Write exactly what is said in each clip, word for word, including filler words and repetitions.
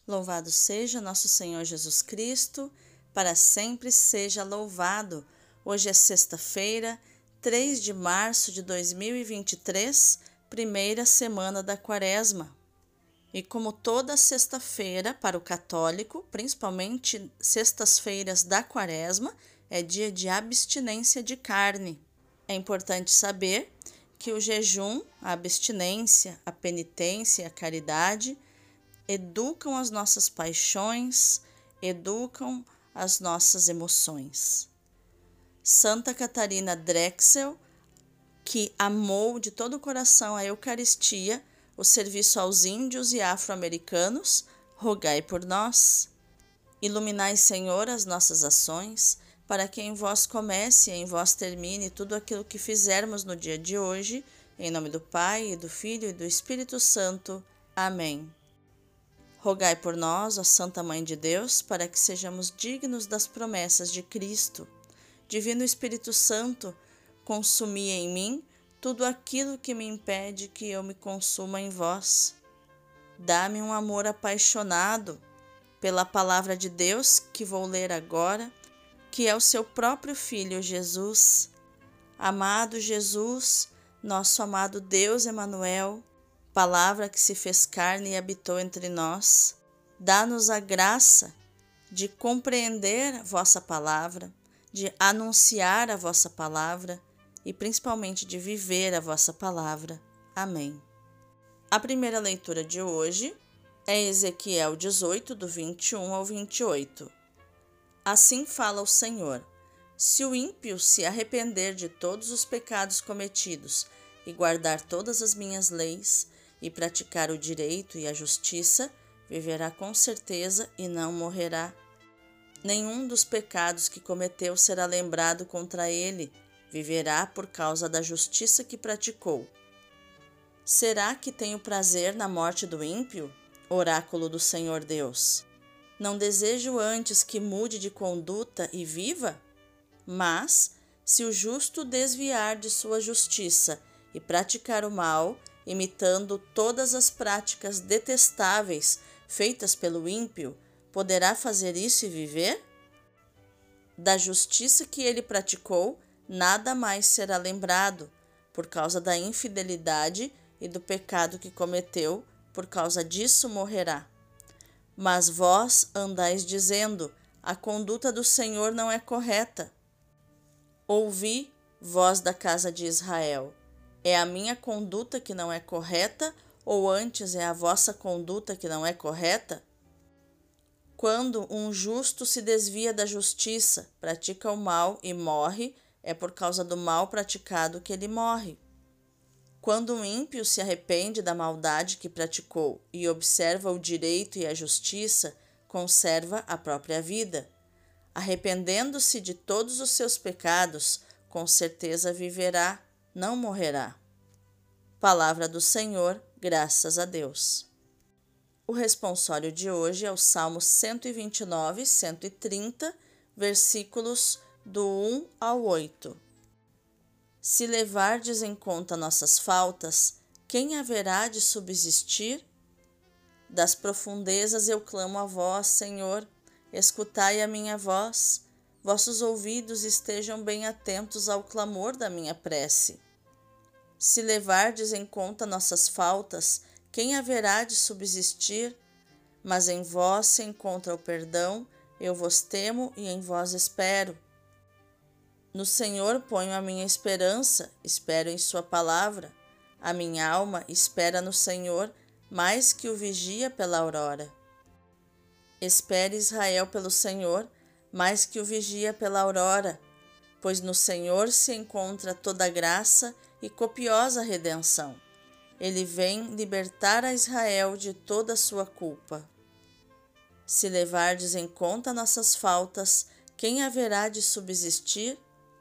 Louvado seja nosso Senhor Jesus Cristo, para sempre seja louvado. Hoje é sexta-feira, três de março de dois mil e vinte e três, primeira semana da Quaresma. E como toda sexta-feira para o católico, principalmente sextas-feiras da Quaresma, é dia de abstinência de carne. É importante saber que o jejum, a abstinência, a penitência e a caridade educam as nossas paixões, educam as nossas emoções. Santa Catarina Drexel, que amou de todo o coração a Eucaristia, o serviço aos índios e afro-americanos, rogai por nós. Iluminai, Senhor, as nossas ações, para que em vós comece e em vós termine tudo aquilo que fizermos no dia de hoje, em nome do Pai, e do Filho e do Espírito Santo. Amém. Rogai por nós, ó Santa Mãe de Deus, para que sejamos dignos das promessas de Cristo. Divino Espírito Santo, consumi em mim tudo aquilo que me impede que eu me consuma em vós. Dá-me um amor apaixonado pela palavra de Deus que vou ler agora, que é o seu próprio Filho Jesus. Amado Jesus, nosso amado Deus Emanuel, palavra que se fez carne e habitou entre nós, dá-nos a graça de compreender a vossa palavra, de anunciar a vossa palavra e principalmente de viver a vossa palavra. Amém. A primeira leitura de hoje é Ezequiel dezoito, do vinte e um ao vinte e oito. Assim fala o Senhor: se o ímpio se arrepender de todos os pecados cometidos e guardar todas as minhas leis, e praticar o direito e a justiça, viverá com certeza e não morrerá. Nenhum dos pecados que cometeu será lembrado contra ele, viverá por causa da justiça que praticou. Será que tenho prazer na morte do ímpio? Oráculo do Senhor Deus. Não desejo antes que mude de conduta e viva? Mas, se o justo desviar de sua justiça e praticar o mal, imitando todas as práticas detestáveis feitas pelo ímpio, poderá fazer isso e viver? Da justiça que ele praticou, nada mais será lembrado, por causa da infidelidade e do pecado que cometeu, por causa disso morrerá. Mas vós andais dizendo: a conduta do Senhor não é correta. Ouvi, vós da casa de Israel: é a minha conduta que não é correta, ou antes é a vossa conduta que não é correta? Quando um justo se desvia da justiça, pratica o mal e morre, é por causa do mal praticado que ele morre. Quando um ímpio se arrepende da maldade que praticou e observa o direito e a justiça, conserva a própria vida. Arrependendo-se de todos os seus pecados, com certeza viverá, não morrerá. Palavra do Senhor, graças a Deus. O responsório de hoje é o Salmo cento e vinte e nove, cento e trinta, versículos do um ao oito. Se levardes em conta nossas faltas, quem haverá de subsistir? Das profundezas eu clamo a vós, Senhor, escutai a minha voz, vossos ouvidos estejam bem atentos ao clamor da minha prece. Se levardes em conta nossas faltas, quem haverá de subsistir? Mas em vós se encontra o perdão, eu vos temo e em vós espero. No Senhor ponho a minha esperança, espero em sua palavra. A minha alma espera no Senhor, mais que o vigia pela aurora. Espere Israel pelo Senhor, mais que o vigia pela aurora, pois no Senhor se encontra toda graça e copiosa redenção. Ele vem libertar a Israel de toda a sua culpa. Se levardes em conta nossas faltas, quem haverá de subsistir?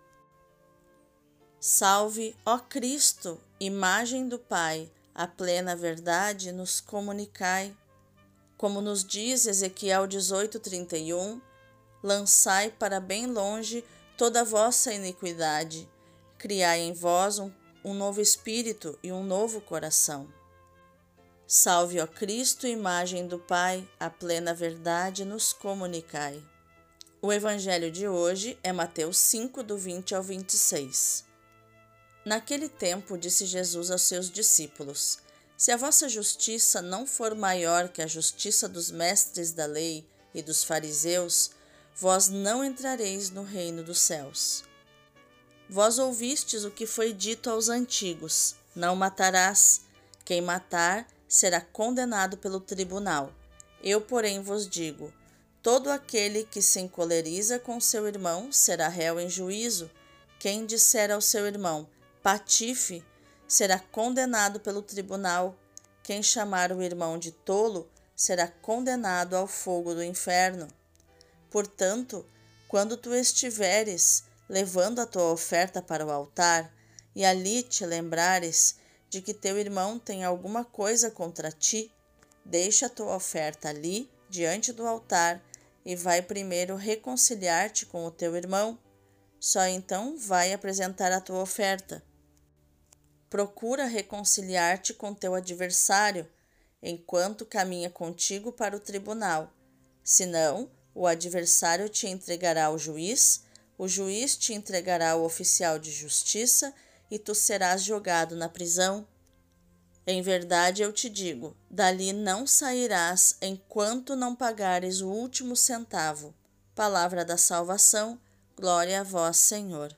Salve, ó Cristo, imagem do Pai, a plena verdade nos comunicai. Como nos diz Ezequiel dezoito, trinta e um, lançai para bem longe toda a vossa iniquidade, criai em vós um, um novo espírito e um novo coração. Salve, ó Cristo, imagem do Pai, a plena verdade nos comunicai. O evangelho de hoje é Mateus cinco, do vinte ao vinte e seis. Naquele tempo disse Jesus aos seus discípulos: Se a vossa justiça não for maior que a justiça dos mestres da lei e dos fariseus, vós não entrareis no reino dos céus. Vós ouvistes o que foi dito aos antigos: Não matarás. Quem matar será condenado pelo tribunal. Eu, porém, vos digo: todo aquele que se encoleriza com seu irmão será réu em juízo. Quem disser ao seu irmão: patife, será condenado pelo tribunal. Quem chamar o irmão de tolo será condenado ao fogo do inferno. Portanto, quando tu estiveres levando a tua oferta para o altar, e ali te lembrares de que teu irmão tem alguma coisa contra ti, deixa a tua oferta ali, diante do altar, e vai primeiro reconciliar-te com o teu irmão. Só então vai apresentar a tua oferta. Procura reconciliar-te com teu adversário, enquanto caminha contigo para o tribunal. Senão, o adversário te entregará ao juiz, o juiz te entregará ao oficial de justiça, e tu serás jogado na prisão. Em verdade eu te digo, dali não sairás enquanto não pagares o último centavo. Palavra da salvação, glória a vós, Senhor.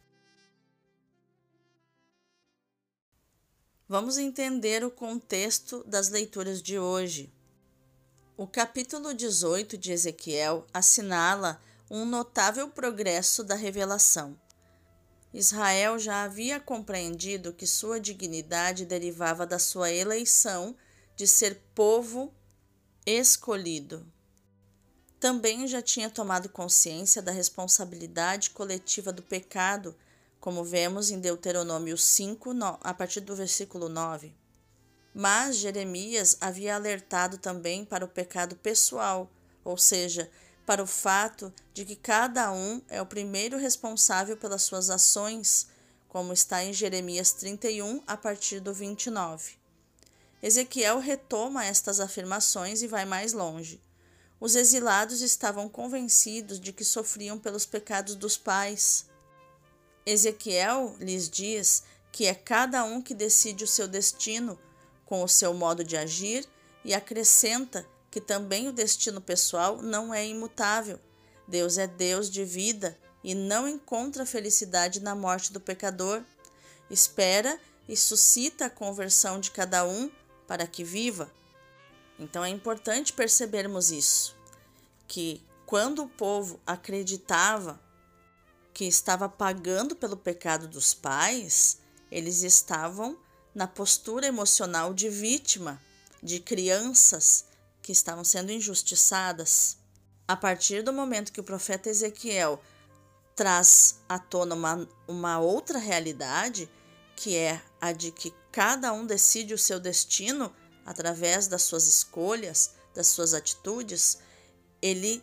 Vamos entender o contexto das leituras de hoje. O capítulo dezoito de Ezequiel assinala um notável progresso da revelação. Israel já havia compreendido que sua dignidade derivava da sua eleição de ser povo escolhido. Também já tinha tomado consciência da responsabilidade coletiva do pecado, como vemos em Deuteronômio cinco, a partir do versículo nove. Mas Jeremias havia alertado também para o pecado pessoal, ou seja, para o fato de que cada um é o primeiro responsável pelas suas ações, como está em Jeremias trinta e um, a partir do vinte e nove. Ezequiel retoma estas afirmações e vai mais longe. Os exilados estavam convencidos de que sofriam pelos pecados dos pais. Ezequiel lhes diz que é cada um que decide o seu destino com o seu modo de agir e acrescenta que também o destino pessoal não é imutável. Deus é Deus de vida e não encontra felicidade na morte do pecador. Espera e suscita a conversão de cada um para que viva. Então é importante percebermos isso, que quando o povo acreditava que estava pagando pelo pecado dos pais, eles estavam na postura emocional de vítima, de crianças que estavam sendo injustiçadas. A partir do momento que o profeta Ezequiel traz à tona uma, uma outra realidade, que é a de que cada um decide o seu destino através das suas escolhas, das suas atitudes, ele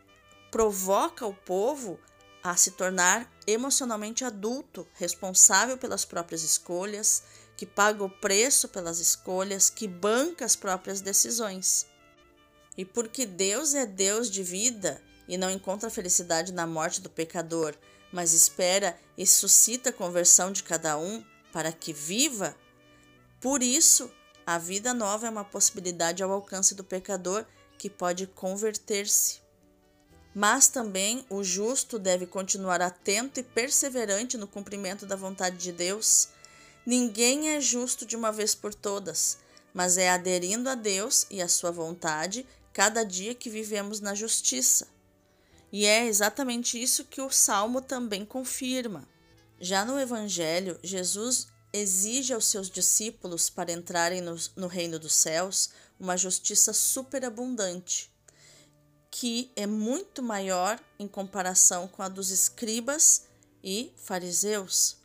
provoca o povo a se tornar emocionalmente adulto, responsável pelas próprias escolhas, que paga o preço pelas escolhas, que banca as próprias decisões. E porque Deus é Deus de vida e não encontra felicidade na morte do pecador, mas espera e suscita a conversão de cada um para que viva, por isso a vida nova é uma possibilidade ao alcance do pecador que pode converter-se. Mas também o justo deve continuar atento e perseverante no cumprimento da vontade de Deus. Ninguém é justo de uma vez por todas, mas é aderindo a Deus e a sua vontade cada dia que vivemos na justiça. E é exatamente isso que o Salmo também confirma. Já no Evangelho, Jesus exige aos seus discípulos, para entrarem no, no reino dos céus, uma justiça superabundante, que é muito maior em comparação com a dos escribas e fariseus.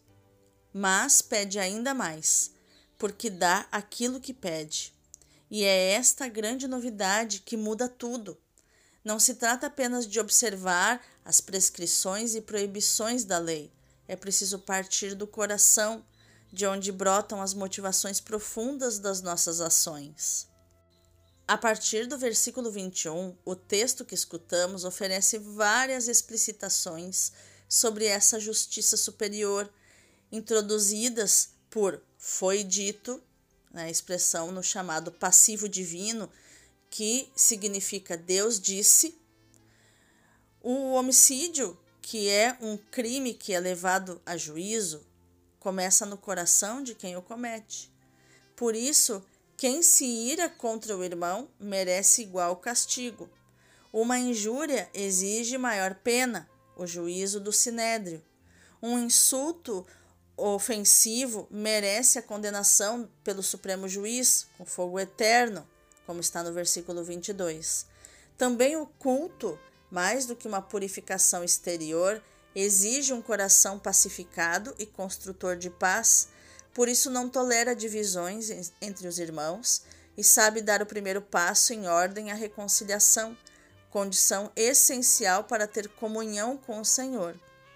Mas pede ainda mais, porque dá aquilo que pede. E é esta a grande novidade que muda tudo. Não se trata apenas de observar as prescrições e proibições da lei. É preciso partir do coração, de onde brotam as motivações profundas das nossas ações. A partir do versículo vinte e um, o texto que escutamos oferece várias explicitações sobre essa justiça superior, introduzidas por foi dito, a expressão no chamado passivo divino, que significa Deus disse. O homicídio, que é um crime que é levado a juízo, começa no coração de quem o comete. Por isso, quem se ira contra o irmão merece igual castigo. Uma injúria exige maior pena, o juízo do sinédrio. Um insulto ofensivo merece a condenação pelo Supremo Juiz, com fogo eterno, como está no versículo vinte e dois. Também o culto, mais do que uma purificação exterior, exige um coração pacificado e construtor de paz, por isso não tolera divisões entre os irmãos e sabe dar o primeiro passo em ordem à reconciliação, condição essencial para ter comunhão com o Senhor.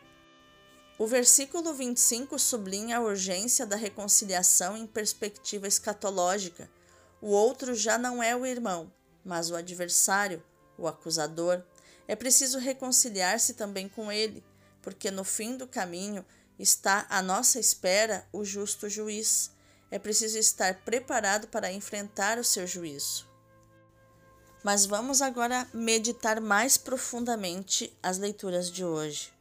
O versículo vinte e cinco sublinha a urgência da reconciliação em perspectiva escatológica. O outro já não é o irmão, mas o adversário, o acusador. É preciso reconciliar-se também com ele, porque no fim do caminho está à nossa espera o justo juiz. É preciso estar preparado para enfrentar o seu juízo. Mas vamos agora meditar mais profundamente as leituras de hoje.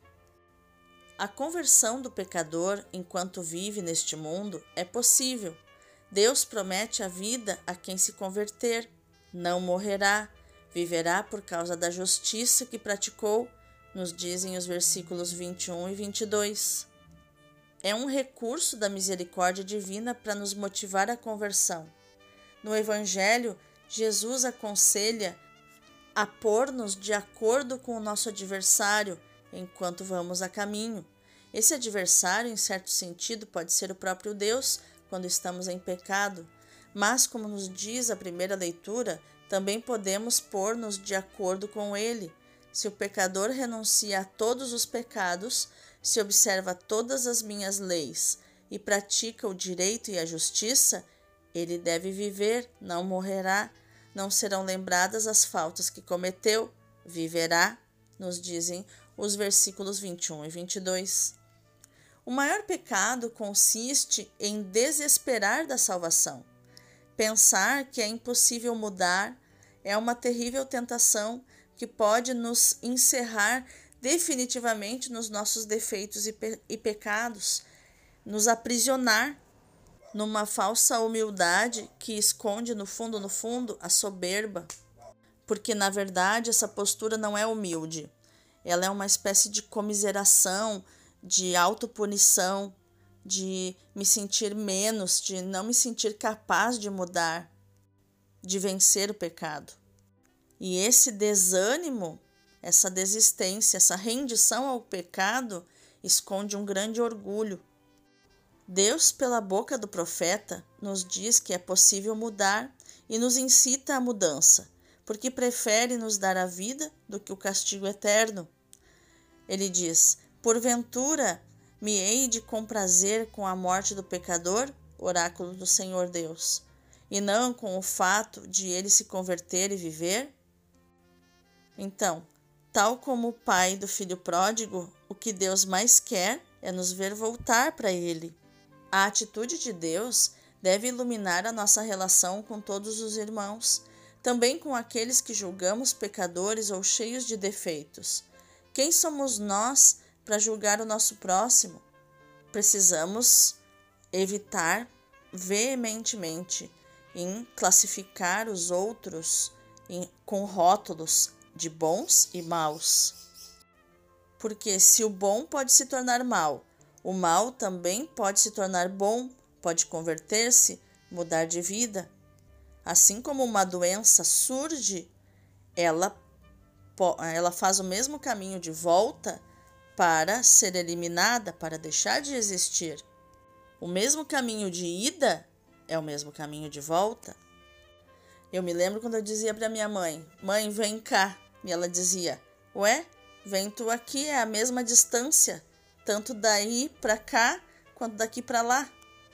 A conversão do pecador enquanto vive neste mundo é possível. Deus promete a vida a quem se converter. Não morrerá, viverá por causa da justiça que praticou, nos dizem os versículos vinte e um e vinte e dois. É um recurso da misericórdia divina para nos motivar à conversão. No Evangelho, Jesus aconselha a pôr-nos de acordo com o nosso adversário enquanto vamos a caminho. Esse adversário, em certo sentido, pode ser o próprio Deus quando estamos em pecado, mas, como nos diz a primeira leitura, também podemos pôr-nos de acordo com ele. Se o pecador renuncia a todos os pecados, se observa todas as minhas leis e pratica o direito e a justiça, ele deve viver, não morrerá, não serão lembradas as faltas que cometeu, viverá, nos dizem os versículos vinte e um e vinte e dois. O maior pecado consiste em desesperar da salvação. Pensar que é impossível mudar é uma terrível tentação que pode nos encerrar definitivamente nos nossos defeitos e, pe- e pecados, nos aprisionar numa falsa humildade que esconde no fundo, no fundo, a soberba. Porque, na verdade, essa postura não é humilde. Ela é uma espécie de comiseração, de autopunição, de me sentir menos, de não me sentir capaz de mudar, de vencer o pecado. E esse desânimo, essa desistência, essa rendição ao pecado esconde um grande orgulho. Deus, pela boca do profeta, nos diz que é possível mudar e nos incita à mudança, porque prefere nos dar a vida do que o castigo eterno. Ele diz: porventura me hei de comprazer com a morte do pecador, oráculo do Senhor Deus, e não com o fato de ele se converter e viver? Então, tal como o pai do filho pródigo, o que Deus mais quer é nos ver voltar para ele. A atitude de Deus deve iluminar a nossa relação com todos os irmãos, também com aqueles que julgamos pecadores ou cheios de defeitos. Quem somos nós para julgar o nosso próximo? Precisamos evitar veementemente em classificar os outros em, com rótulos de bons e maus. Porque se o bom pode se tornar mal, o mal também pode se tornar bom, pode converter-se, mudar de vida. Assim como uma doença surge, ela, ela faz o mesmo caminho de volta para ser eliminada, para deixar de existir. O mesmo caminho de ida é o mesmo caminho de volta. Eu me lembro quando eu dizia para minha mãe: mãe, vem cá. E ela dizia: ué, vem tu aqui, é a mesma distância, tanto daí para cá quanto daqui para lá.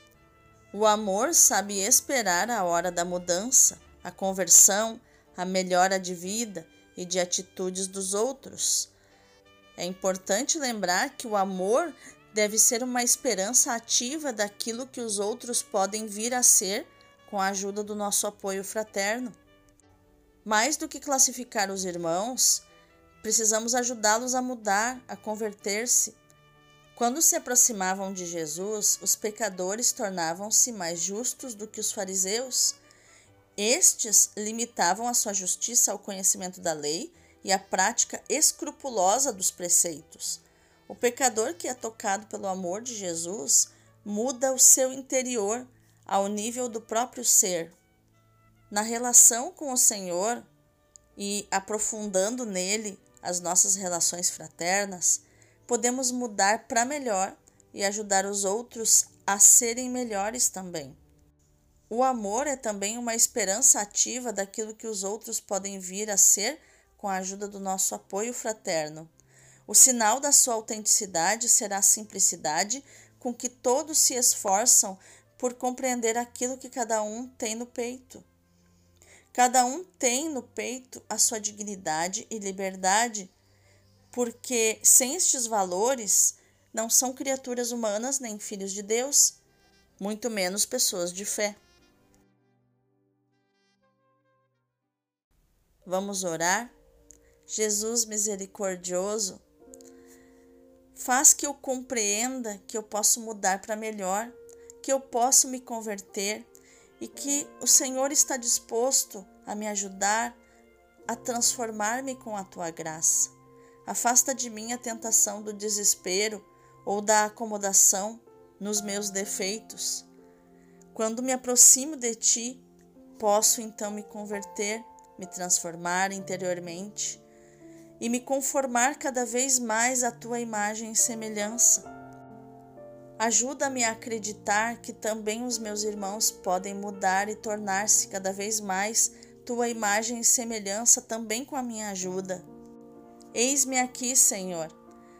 O amor sabe esperar a hora da mudança, a conversão, a melhora de vida e de atitudes dos outros. É importante lembrar que o amor deve ser uma esperança ativa daquilo que os outros podem vir a ser com a ajuda do nosso apoio fraterno. Mais do que classificar os irmãos, precisamos ajudá-los a mudar, a converter-se. Quando se aproximavam de Jesus, os pecadores tornavam-se mais justos do que os fariseus. Estes limitavam a sua justiça ao conhecimento da lei e à prática escrupulosa dos preceitos. O pecador que é tocado pelo amor de Jesus muda o seu interior ao nível do próprio ser. Na relação com o Senhor e aprofundando nele as nossas relações fraternas, podemos mudar para melhor e ajudar os outros a serem melhores também. O amor é também uma esperança ativa daquilo que os outros podem vir a ser com a ajuda do nosso apoio fraterno. O sinal da sua autenticidade será a simplicidade com que todos se esforçam por compreender aquilo que cada um tem no peito. Cada um tem no peito a sua dignidade e liberdade, porque sem estes valores não são criaturas humanas nem filhos de Deus, muito menos pessoas de fé. Vamos orar? Jesus misericordioso, faz que eu compreenda que eu posso mudar para melhor, que eu posso me converter e que o Senhor está disposto a me ajudar a transformar-me com a tua graça. Afasta de mim a tentação do desespero ou da acomodação nos meus defeitos. Quando me aproximo de ti, posso então me converter, me transformar interiormente e me conformar cada vez mais à tua imagem e semelhança. Ajuda-me a acreditar que também os meus irmãos podem mudar e tornar-se cada vez mais tua imagem e semelhança também com a minha ajuda. Eis-me aqui, Senhor.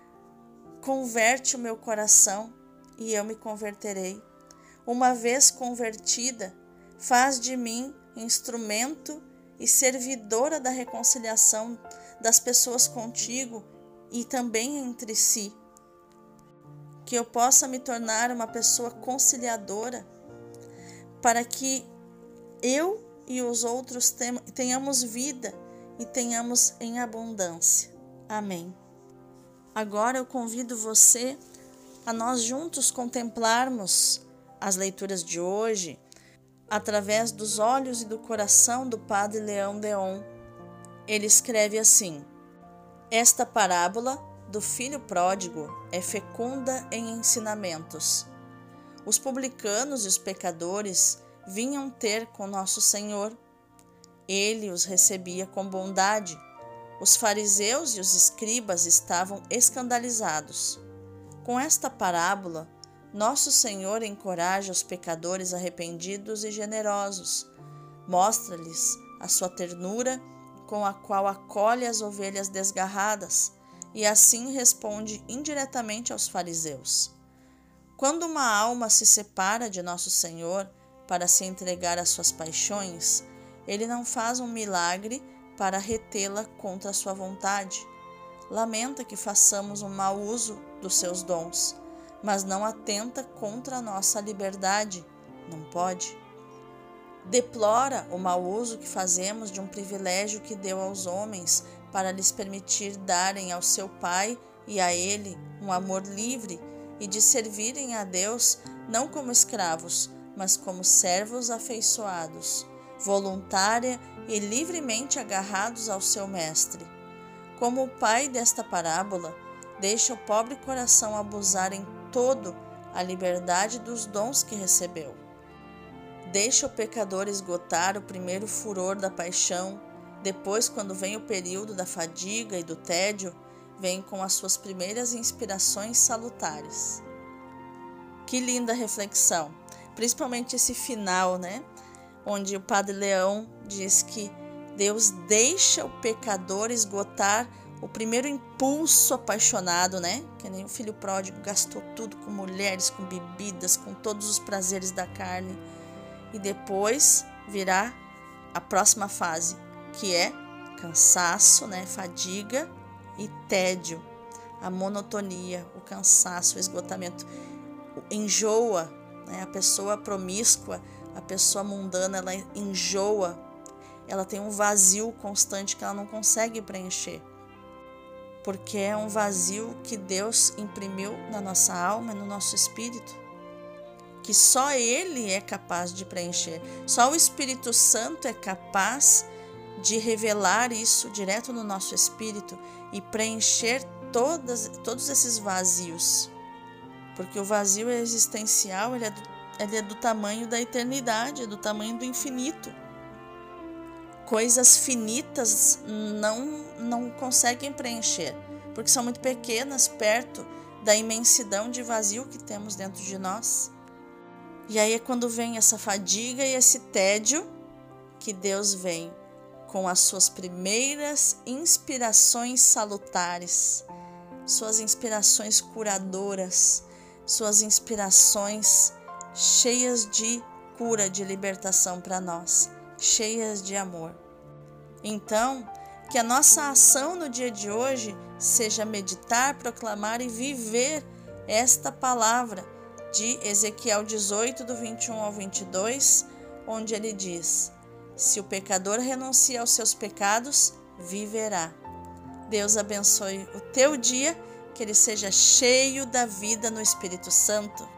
Converte o meu coração e eu me converterei. Uma vez convertida, faz de mim instrumento e servidora da reconciliação das pessoas contigo e também entre si. Que eu possa me tornar uma pessoa conciliadora, para que eu e os outros tenhamos vida e tenhamos em abundância. Amém. Agora eu convido você a nós juntos contemplarmos as leituras de hoje através dos olhos e do coração do Padre Leão Deon. Ele escreve assim: esta parábola do filho pródigo é fecunda em ensinamentos. Os publicanos e os pecadores vinham ter com nosso Senhor. Ele os recebia com bondade. Os fariseus e os escribas estavam escandalizados. Com esta parábola, nosso Senhor encoraja os pecadores arrependidos e generosos. Mostra-lhes a sua ternura com a qual acolhe as ovelhas desgarradas e assim responde indiretamente aos fariseus. Quando uma alma se separa de nosso Senhor para se entregar às suas paixões, ele não faz um milagre para retê-la contra a sua vontade. Lamenta que façamos um mau uso dos seus dons, mas não atenta contra a nossa liberdade. Não pode. Deplora o mau uso que fazemos de um privilégio que deu aos homens para lhes permitir darem ao seu Pai e a Ele um amor livre e de servirem a Deus não como escravos, mas como servos afeiçoados, voluntária e livremente agarrados ao seu mestre. Como o pai desta parábola, deixa o pobre coração abusar em todo a liberdade dos dons que recebeu. Deixa o pecador esgotar o primeiro furor da paixão, depois, quando vem o período da fadiga e do tédio, vem com as suas primeiras inspirações salutares. Que linda reflexão, principalmente esse final, né? Onde o Padre Leão diz que Deus deixa o pecador esgotar o primeiro impulso apaixonado, né? Que nem o filho pródigo, gastou tudo com mulheres, com bebidas, com todos os prazeres da carne. E depois virá a próxima fase, que é cansaço, né? Fadiga e tédio, a monotonia, o cansaço, o esgotamento, enjoa, né? A pessoa promíscua, a pessoa mundana, ela enjoa, ela tem um vazio constante que ela não consegue preencher, porque é um vazio que Deus imprimiu na nossa alma, no nosso espírito, que só Ele é capaz de preencher, só o Espírito Santo é capaz de revelar isso direto no nosso espírito e preencher todas, todos esses vazios, porque o vazio existencial ele é, do, ele é do tamanho da eternidade, é do tamanho do infinito. Coisas finitas não, não conseguem preencher, porque são muito pequenas perto da imensidão de vazio que temos dentro de nós. E aí é quando vem essa fadiga e esse tédio que Deus vem com as suas primeiras inspirações salutares, suas inspirações curadoras, suas inspirações cheias de cura, de libertação para nós, cheias de amor. Então, que a nossa ação no dia de hoje seja meditar, proclamar e viver esta palavra de Ezequiel dezoito, do vinte e um ao vinte e dois, onde ele diz: se o pecador renuncia aos seus pecados, viverá. Deus abençoe o teu dia, que ele seja cheio da vida no Espírito Santo.